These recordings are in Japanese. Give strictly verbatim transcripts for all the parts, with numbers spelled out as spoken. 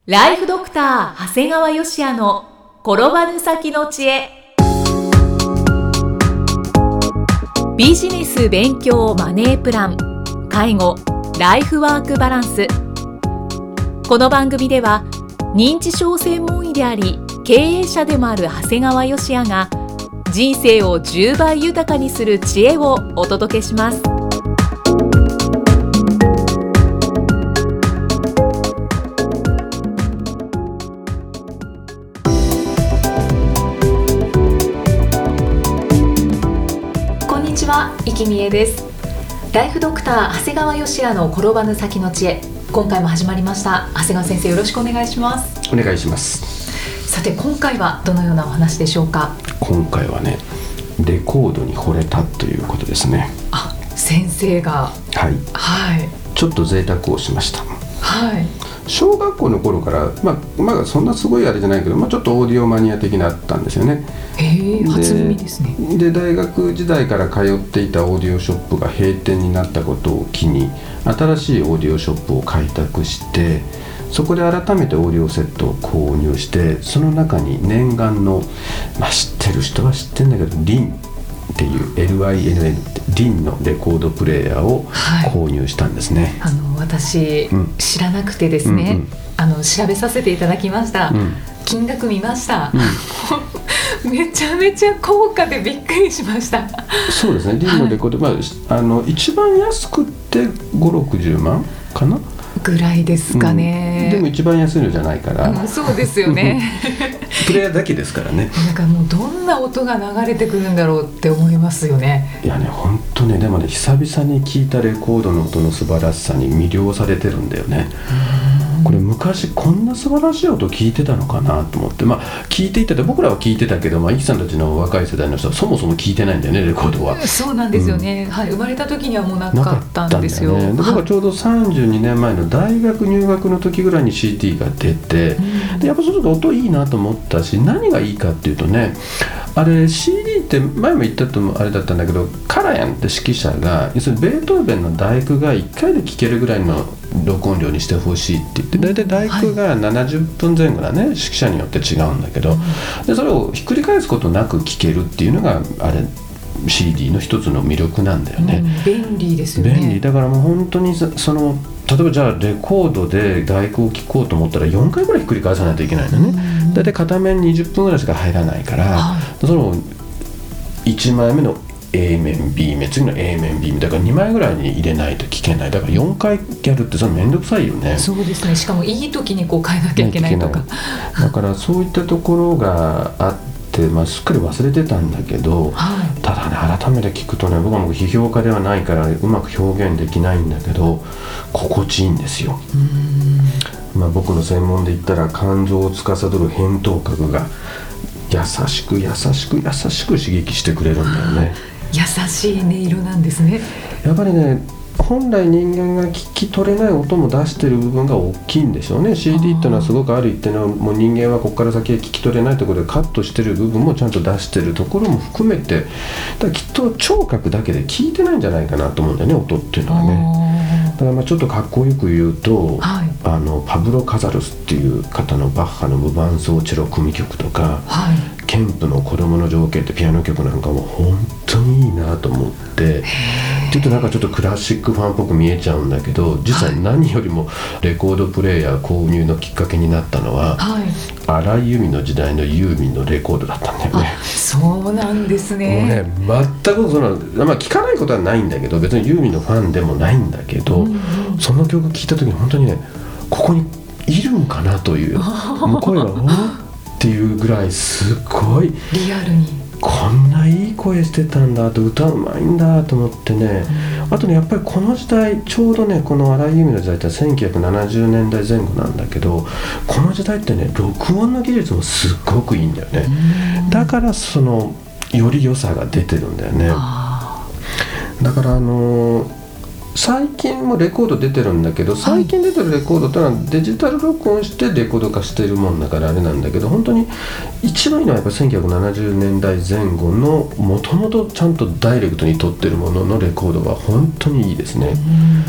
ライフドクター長谷川芳也の転ばぬ先の知恵。ビジネス勉強マネープラン、介護、ライフワークバランス。この番組では認知症専門医であり経営者でもある長谷川芳也が人生をじゅうばい豊かにする知恵をお届けします。こんにちは、生きみえです。ライフドクター長谷川芳也の転ばぬ先の知恵、今回も始まりました。長谷川先生、よろしくお願いします。 お願いします。 さて、今回はどのようなお話でしょうか。 今回はね、レコードに惚れたということですね。 あ、先生がはい、 はい、 ちょっと贅沢をしました。 はい。 小学校の頃から、まあ、まだそんなすごいあれじゃないけど、まあ、ちょっとオーディオマニア的なあったんですよね。 へえ、初耳ですね。 で、大学時代から通っていたオーディオショップが閉店になったことを機に新しいオーディオショップを開拓して、そこで改めてオーディオセットを購入して、その中に念願の、まあ、知ってる人は知ってるんだけどリンっていう エルアイエヌエヌ ってリンのレコードプレーヤーを購入したんですね。 はい、あの私、うん、知らなくてですね、うんうん、あの調べさせていただきました、うん、金額見ました、うん、めちゃめちゃ高価でびっくりしました。 そうですね、リンのレコード、はい、まあ、あの一番安くってごじゅうろくじゅうまんかなぐらいですかね、 うん、でも一番安いのじゃないから、 うん、そうですよねプレイヤーだけですからね。 なんかもうどんな音が流れてくるんだろうって思いますよね。 いやね、本当ね、でもね、久々に聞いたレコードの音の素晴らしさに魅了されてるんだよね。これ昔こんな素晴らしい音聞いてたのかなと思って、まあ聞いていたって僕らは聞いてたけど、まあ、イキさんたちの若い世代の人はそもそも聞いてないんだよね、レコードは。 そうなんですよね、うん、はい、生まれた時にはもうなかったんですよ。 なかったんだよね。で、僕はちょうどさんじゅうにねんまえの大学入学の時ぐらいに シーディー が出て、うん、でやっぱちょっと音いいなと思ったし、何がいいかっていうとね、あれ シーディー って前も言ったとあれだったんだけど、カラヤンって指揮者が要するにベートーベンの第九がいっかいで聴けるぐらいの録音量にしてほしいって言って、大体第九がななじゅっぷんぜん後だね、指揮者によって違うんだけど、でそれをひっくり返すことなく聴けるっていうのがあれ シーディー の一つの魅力なんだよね、 うん、便利ですよね。 便利だからもう本当にその例えばじゃあレコードで第九を聴こうと思ったらよんかいぐらいひっくり返さないといけないのね、うん、だいたい片面にじゅっぷんぐらいしか入らないから、はい、そのいちまいめの A 面 B 面、次の A 面 B 面だからにまいぐらいに入れないと聞けない。だからよんかいやるってそれめんどくさいよね。 そうですね、しかもいい時にこう変えなきゃいけないとか、 だからそういったところがあって、まあ、すっかり忘れてたんだけど、はい、ただね、改めて聞くとね、僕はもう批評家ではないからうまく表現できないんだけど心地いいんですよ。うーん、まあ、僕の専門で言ったら肝臓を司る扁桃核が優しく優しく優しく刺激してくれるんだよね。 優しい音色なんですね。 やっぱりね、本来人間が聞き取れない音も出してる部分が大きいんでしょうね。 シーディー っていうのはすごくある一定の、もう人間はここから先へ聞き取れないところでカットしてる部分もちゃんと出してるところも含めて、だからきっと聴覚だけで聞いてないんじゃないかなと思うんだよね、音っていうのはね。だからまあちょっとかっこよく言うと、はい、あのパブロ・カザルスっていう方のバッハの無伴奏チェロ組曲とか、はい、ケンプの子供の情景ってピアノ曲なんかも本当にいいなと思って、ちょっとなんかちょっとクラシックファンっぽく見えちゃうんだけど、実は何よりもレコードプレーヤー購入のきっかけになったのは、はい、荒井由実の時代のユーミンのレコードだったんだよね。 そうなんですね。 もうね、全くその、まあ、聞かないことはないんだけど、別にユーミンのファンでもないんだけど、うんうん、その曲聴いた時に本当にね、ここにいるんかなというもう声がおっていうぐらいすごいリアルにこんないい声してたんだと、歌うまいんだと思ってね、うん、あとね、やっぱりこの時代ちょうどね、この荒井由実の時代ってせんきゅうひゃくななじゅうねんだいぜん後なんだけど、この時代ってね、録音の技術もすっごくいいんだよね、うん、だからそのより良さが出てるんだよね。だからあのー最近もレコード出てるんだけど、最近出てるレコードってのはデジタル録音してレコード化しているもんだからあれなんだけど、本当に一番いいのはやっぱせんきゅうひゃくななじゅうねんだいぜん後のもともとちゃんとダイレクトに撮ってるもののレコードは本当にいいですね。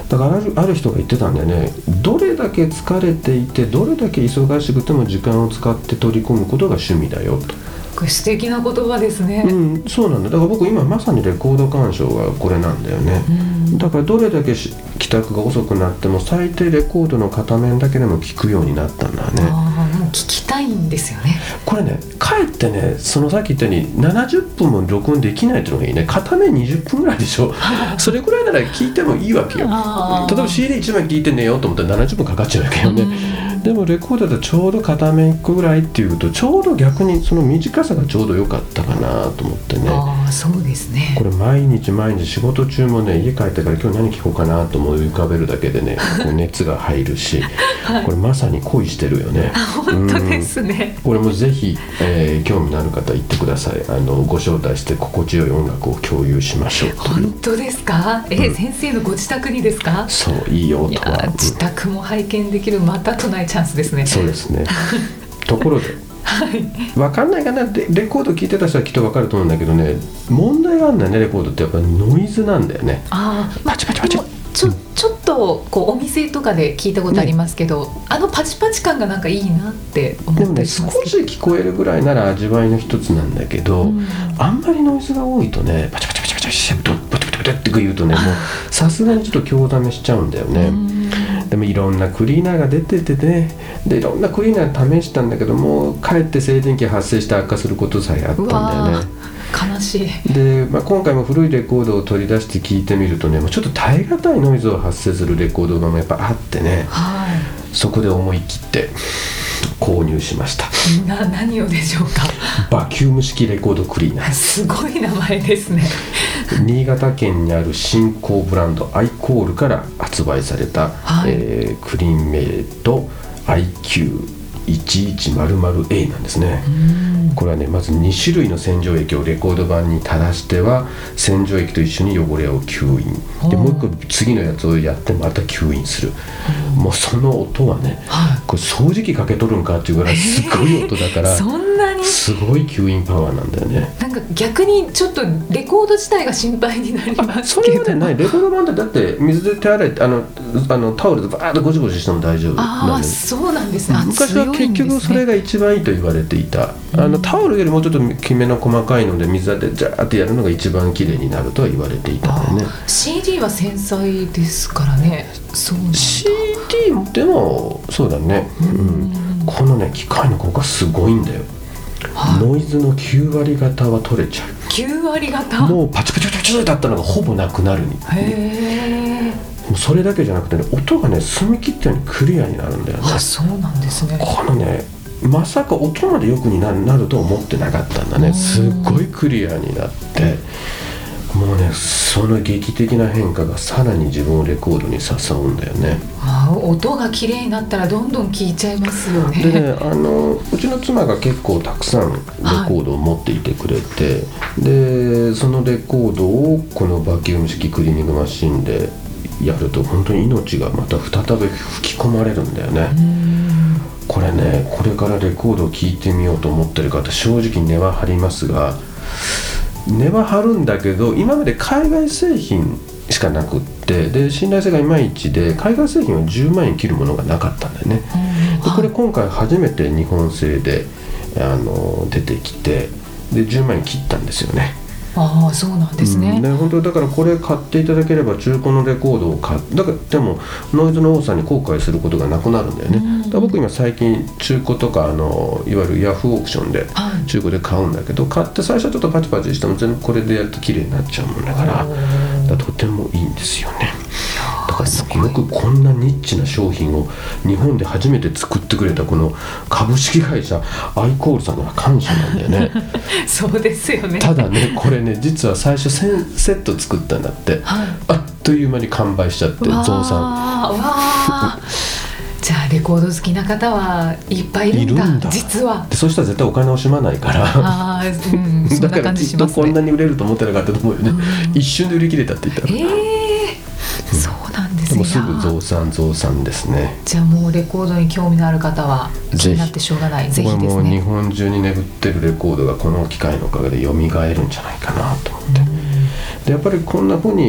だからある、ある人が言ってたんだよね。どれだけ疲れていてどれだけ忙しくても時間を使って取り組むことが趣味だよと。 これ素敵な言葉ですね。 うん、そうなんだ。だから僕今まさにレコード鑑賞がこれなんだよね、うん、だからどれだけ帰宅が遅くなっても最低レコードの片面だけでも聞くようになったんだね。 あもう聞きたいんですよね。 これね、かえってね、そのさっき言ったようにななじゅっぷんも録音できないっていうのがいいね。片面にじゅっぷんぐらいでしょそれぐらいなら聞いてもいいわけよ。例えば シーディーいち 枚聞いて寝ようと思ったらななじゅっぷんかかっちゃうわけよね、うん、でもレコードだとちょうど片面いっこぐらいっていうとちょうど逆にその短さがちょうど良かったかなと思ってね。 ああそうですね。 これ毎日毎日仕事中もね、家帰ってから今日何聞こうかなと思い浮かべるだけでねこう熱が入るし、はい、これまさに恋してるよね。 本当ですね。 これもぜひ、えー、興味のある方言ってください。あのご招待して心地よい音楽を共有しましょうという。 本当ですか。えーうん、先生のご自宅にですか。 そういいよとは。 自宅も拝見できるまたとないチャンスですね。 そうですねところではい、 分かんないかな。レレコード聞いてた人はきっと分かると思うんだけどね、問題があるんだよね。レコードってやっぱりノイズなんだよね。 あパチパチパチ。 ちょ、ちょっとこうお店とかで聞いたことありますけど、ね、あのパチパチ感がなんかいいなって思ったりしますけど。 でもね、少し聞こえるぐらいなら味わいの一つなんだけど、うん、あんまりノイズが多いとね、パチパチパチパチパチパチパチパチパチって言うとね、もうさすがにちょっと興ざめしちゃうんだよね。でもいろんなクリーナーが出ててね、でいろんなクリーナー試したんだけども、かえって静電気発生して悪化することさえあったんだよね。 悲しい。 で、まあ、今回も古いレコードを取り出して聞いてみるとね、もうちょっと耐え難いノイズを発生するレコードがやっぱあってね、はい、そこで思い切って購入しました。 な何をでしょうか。 バキューム式レコードクリーナー。 すごい名前ですね。 新潟県にある新興ブランドアイコールから発売された、はい、えー、クリーンメイド アイキューいちいちまるまるエー なんですね。これはね、まずに種類の洗浄液をレコード盤に垂らしては洗浄液と一緒に汚れを吸引で、もう一個次のやつをやってまた吸引する。もうその音はね、はい、これ掃除機かけとるんかっていうぐらいすごい音だから、えー、そんなにすごい吸引パワーなんだよね。 なんか逆にちょっとレコード自体が心配になりますけど。それはね、ない。レコード盤ってだって水で手洗い、あのあのタオルでバーッとゴシゴシしても大丈夫なんで。 ああそうなんですね。 昔は結局それが一番いいと言われていた。あのタオルよりもうちょっときめの細かいので水でジャーってやるのが一番きれいになるとは言われていたんだよね。 シーディー は繊細ですからね。そうなんだ。 シーディー でもそうだね、うん、このね機械の効果すごいんだよ、はい、ノイズのきゅうわり方は取れちゃう。 きゅうわり方。 もうパチパチパチパチだったのがほぼなくなるに。 へー。 もうそれだけじゃなくてね、音がね澄み切ったようにクリアになるんだよね。 あ、そうなんですね。 このねまさか音までよくになる、なると思ってなかったんだね。すっごいクリアになって、もうねその劇的な変化がさらに自分をレコードに誘うんだよね。 あ、音が綺麗になったらどんどん聴いちゃいますよね。 でね、あのうちの妻が結構たくさんレコードを持っていてくれて、はい、でそのレコードをこのバキューム式クリーニングマシンでやると本当に命がまた再び吹き込まれるんだよね。これね、これからレコードを聴いてみようと思ってる方、正直値は張りますが、値は張るんだけど今まで海外製品しかなくって、で信頼性がいまいちで海外製品はじゅうまんえん切るものがなかったんだよね。でこれ今回初めて日本製であの出てきて、でじゅうまんえん切ったんですよね。 ああ、そうなんですね。 うん、で本当だからこれ買っていただければ中古のレコードを買っだからでもノイズの多さに後悔することがなくなるんだよね。だから僕今最近中古とかあのいわゆるヤフーオークションで中古で買うんだけど、買って最初はちょっとパチパチしても全部これでやると綺麗になっちゃうもんだから、だからとてもいいんですよね。だからよくこんなニッチな商品を日本で初めて作ってくれたこの株式会社アイコールさんには感謝なんだよね。 そうですよね。 ただね、これね実は最初セット作ったんだって、はい、あっという間に完売しちゃって増産。 じゃあレコード好きな方はいっぱいいるんだ、いるんだ実は。 でそうしたら絶対お金を惜しまないからあ、うん、そんな感じしますね。 だからきっとこんなに売れると思ってなかったと思うよね、うん、一瞬で売り切れたって言ったら、えーうん、そうなんですね。 でもすぐ増産増産ですね。 じゃあもうレコードに興味のある方は気になってしょうがない。ぜひですね。 もう日本中に眠ってるレコードがこの機械のおかげで蘇るんじゃないかなと思って、うん、でやっぱりこんな風に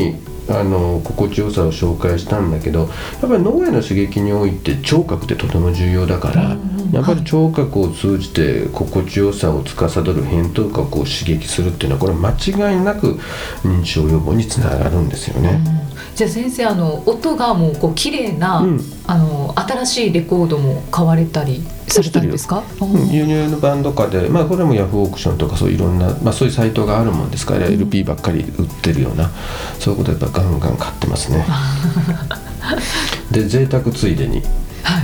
あの心地よさを紹介したんだけど、やっぱり脳への刺激において聴覚ってとても重要だから、うんうん、やっぱり聴覚を通じて心地よさを司る扁桃核を刺激するっていうのはこれ間違いなく認知症予防につながるんですよね、うん、 じゃあ先生、あの音がもうこう綺麗な、うん、あの新しいレコードも買われたりされたんですか？ うん、輸入の版とかで、まあ、これもヤフーオークションとかそういろんな、まあ、そういうサイトがあるもんですから、うん、エルピー ばっかり売ってるようなそういうことやっぱガンガン買ってますねで贅沢ついでに、はい、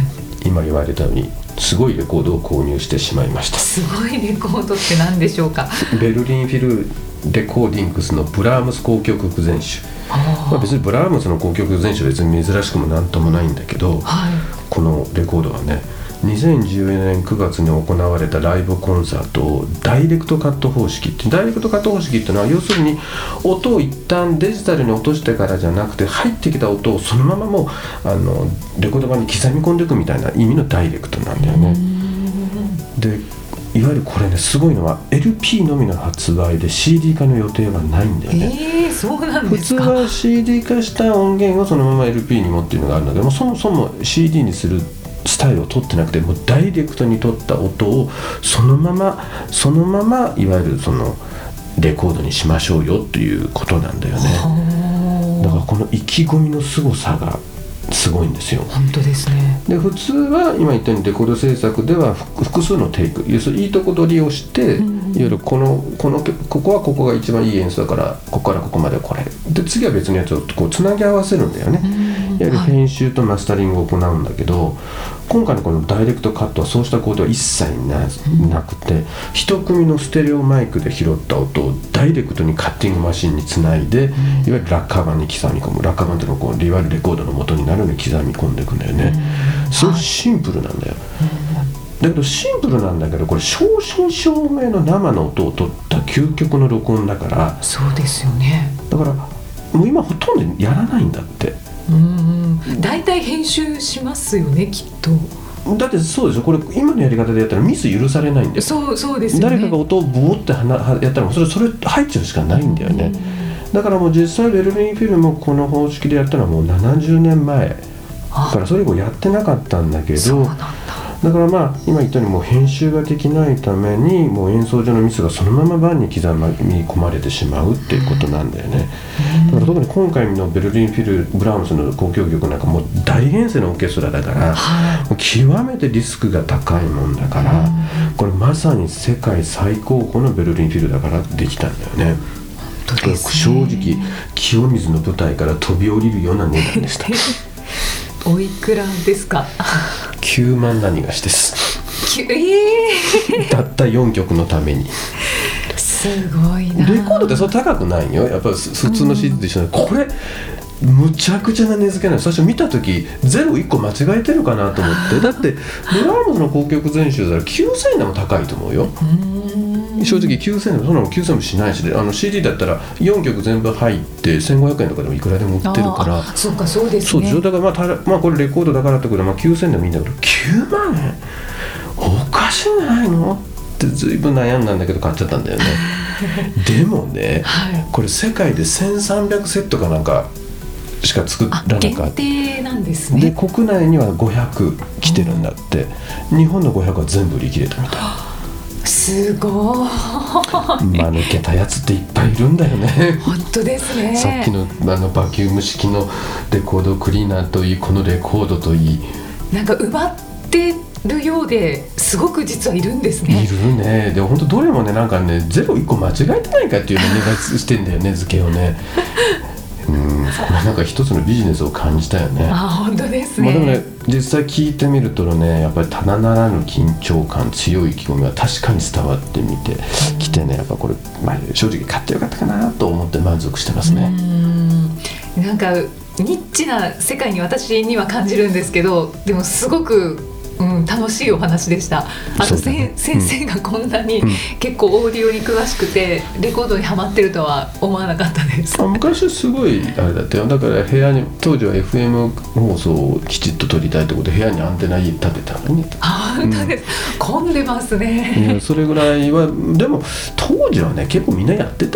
今言われたようにすごいレコードを購入してしまいました。 すごいレコードって何でしょうか？ ベルリンフィルレコーディングスのブラームス交響曲全集。あ、まあ、別にブラームスの交響曲全集は別に珍しくもなんともないんだけど、はい、このレコードはねにせんじゅうよねんくがつに行われたライブコンサートをダイレクトカット方式ってダイレクトカット方式っていうのは要するに音を一旦デジタルに落としてからじゃなくて入ってきた音をそのままもうあのレコード盤に刻み込んでいくみたいな意味のダイレクトなんだよね。でいわゆるこれねすごいのは エルピー のみの発売で シーディー 化の予定はないんだよね。 えー、そうなんですか。 普通は シーディー 化した音源をそのまま エルピー に持っているのがあるんだけども、そもそも シーディー にするスタイルを取ってなくてもうダイレクトに取った音をそのままそのままいわゆるそのレコードにしましょうよということなんだよね。だからこの意気込みの凄さがすごいんですよ。 本当ですね。 で普通は今言ったようにレコード制作では複数のテイク、要するにいいとこ取りをして、うんうん、いわゆるこのこのここはここが一番いい演奏だからここからここまでこれで次は別のやつをこうつなぎ合わせるんだよね、うん、いわゆる編集とマスタリングを行うんだけど、はい、今回のこのダイレクトカットはそうしたことは一切 な, なくて、うん、一組のステレオマイクで拾った音をダイレクトにカッティングマシンにつないで、うん、いわゆる落下板に刻み込む。落下板っていうのはこういわゆるレコードの元になるように刻み込んでいくんだよね、うん、すごいシンプルなんだよ、はい、だけどシンプルなんだけどこれ正真正銘の生の音を取った究極の録音だから。 そうですよね。 だからもう今ほとんどやらないんだって。 うんうん、だいたい編集しますよねきっと。 だってそうですよ、これ今のやり方でやったらミス許されないんで。 そうそうですよね。 誰かが音をボーってやったらそれそれ入っちゃうしかないんだよね、うん、だからもう実際ベルリンフィルもこの方式でやったのはもうななじゅうねんまえだからそれ以降やってなかったんだけど、そうなんだ。だからまあ今言ったようにもう編集ができないためにもう演奏上のミスがそのまま盤に刻み込まれてしまうっていうことなんだよね、うん、だから特に今回のベルリンフィルブラームスの交響曲なんかもう大編成のオーケストラだから、はい、もう極めてリスクが高いもんだから、うん、これまさに世界最高峰のベルリンフィルだからできたんだよね。 本当ですね。 正直清水の舞台から飛び降りるような値段でしたおいくらですか？ きゅうまん何がしです。 えー、 たったよんきょくのために。 すごいな。 レコードってそう高くないよ。やっぱり普通の シーディー と一緒に、うん、これむちゃくちゃな値付けなの。最初見た時ゼロいっこ間違えてるかなと思ってだってブラームスの交響曲全集だったらきゅうせんえんでも高いと思うよ。うん、正直きゅうせんえんでもそんなのきゅうせんえんもしないしで、あの シーディー だったらよんきょく全部入ってせんごひゃくえんとかでもいくらでも売ってるから。 あ、そうか、そうですね。 そうだからまあ、たまあこれレコードだからってことで、まあ、きゅうせんえんでもいいんだけどきゅうまんえんおかしいんじゃないのってずいぶん悩んだんだけど買っちゃったんだよねでもね、はい、これ世界でせんさんびゃくセットかなんかしか作らなかった。 限定なんですね。 で国内にはごひゃく来てるんだって、うん、日本のごひゃくは全部売り切れたみたい。 すごい。 間抜けたやつっていっぱいいるんだよね本当ですね。 さっきのあのバキューム式のレコードクリーナーといいこのレコードといいなんか奪ってるようですごく実はいるんですね。 いるね。で本当どれもねなんかねゼロいっこ間違えてないかっていうのを値がしてんだよね付けをねうん、これなんか一つのビジネスを感じたよね。 あ、本当ですね。 まあ、でもね実際聞いてみるとねやっぱりただならぬ緊張感強い意気込みは確かに伝わってみてきてね、やっぱこれ、まあ、正直買ってよかったかなと思って満足してますね。 うん、なんかニッチな世界に私には感じるんですけど、でもすごくうん、楽しいお話でした。あと、ね、先生がこんなに、うん、結構オーディオに詳しくてレコードにハマってるとは思わなかったです。 あ、昔すごいあれだったよ。だから部屋に当時は エフエム 放送をきちっと撮りたいってことで部屋にアンテナ立てたのに。 あ、本当です、うん、混んでますね。 いやそれぐらいはでも当時はね結構みんなやってたよ。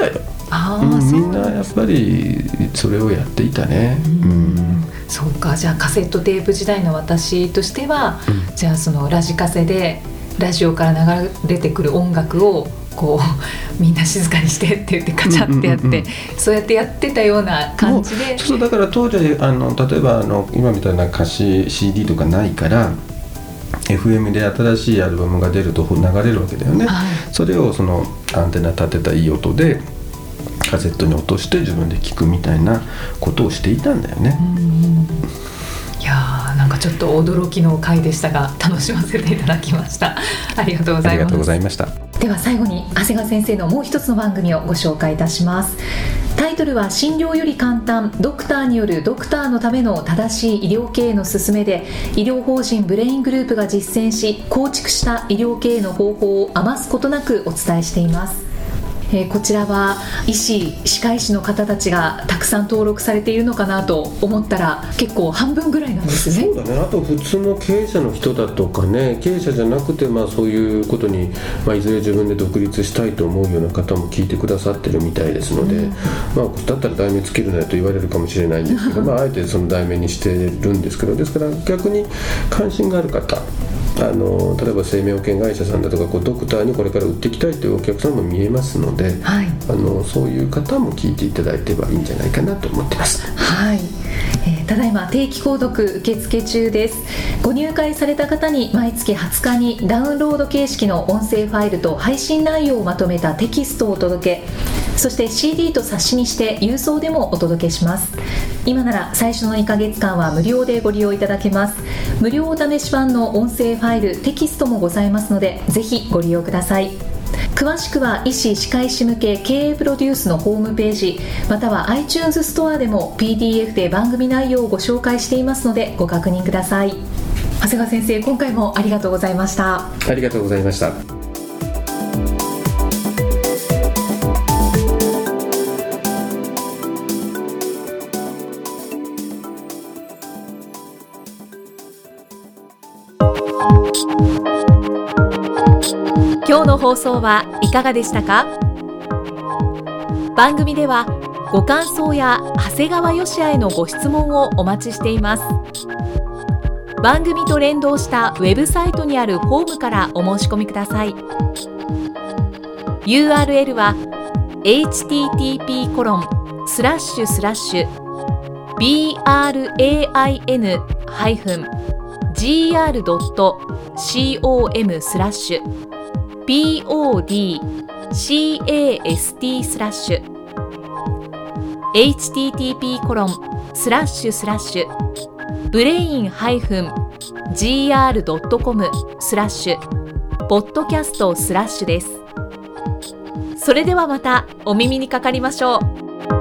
あ、 うん、みんななやっぱりそれをやっていたね。 うん、 うん、 そうか。じゃあカセットテープ時代の私としては、うん、じゃあそのラジカセでラジオから流れてくる音楽をこうみんな静かにしてって言ってカチャってやって、うんうんうん、そうやってやってたような感じで。 そうだから当時あの例えばあの今みたいな歌詞 シーディー とかないから、エフエム で新しいアルバムが出ると流れるわけだよね、はい、それをそのアンテナ立てたいい音でカセットに落として自分で聴くみたいなことをしていたんだよね。うん、 いやー、なんかちょっと驚きの回でしたが楽しませていただきました。ありがとうございます。 ありがとうございました。 では最後に長谷川先生のもう一つの番組をご紹介いたします。タイトルは診療より簡単、ドクターによるドクターのための正しい医療経営の勧めで、医療法人ブレイングループが実践し構築した医療経営の方法を余すことなくお伝えしています。えー、こちらは医師、歯科医師の方たちがたくさん登録されているのかなと思ったら結構半分ぐらいなんですね。 そうだね。あと普通の経営者の人だとかね、経営者じゃなくて、まあ、そういうことに、まあ、いずれ自分で独立したいと思うような方も聞いてくださってるみたいですので、うん、まあ、だったら題名つけるなよと言われるかもしれないんですけど、まあ、あえてその題名にしてるんですけど、ですから逆に関心がある方、あの例えば生命保険会社さんだとかこうドクターにこれから売っていきたいというお客さんも見えますので、はい、あのそういう方も聞いていただいてはいいんじゃないかなと思ってます。 はい、えー、ただいま定期購読受付中です。ご入会された方に毎月はつかにダウンロード形式の音声ファイルと配信内容をまとめたテキストをお届け、そして シーディー と冊子にして郵送でもお届けします。今なら最初のにかげつかんは無料でご利用いただけます。無料お試し版の音声ファイル、テキストもございますのでぜひご利用ください。詳しくは医師・歯科医師向け経営プロデュースのホームページ、または iTunes ストアでも ピーディーエフ で番組内容をご紹介していますのでご確認ください。長谷川先生、今回もありがとうございました。 ありがとうございました。 今日の放送はいかがでしたか？番組ではご感想や長谷川芳也へのご質問をお待ちしています。番組と連動したウェブサイトにあるフォームからお申し込みください。 ユーアールエル は エイチティーティーピーコロンスラッシュスラッシュビーアールエーアイエヌハイフンジーアールドットコム スラッシュ ピーオーディーシーエーエスティー スラッシュ エイチティーティーピーコロンスラッシュスラッシュブレインハイフンジーアールドットコム スラッシュポッドキャストスラッシュです。それではまたお耳にかかりましょう。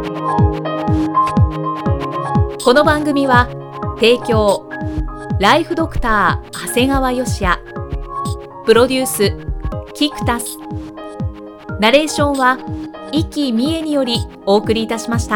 この番組は提供ライフドクター長谷川芳也、プロデュースキクタス、ナレーションは生きみえによりお送りいたしました。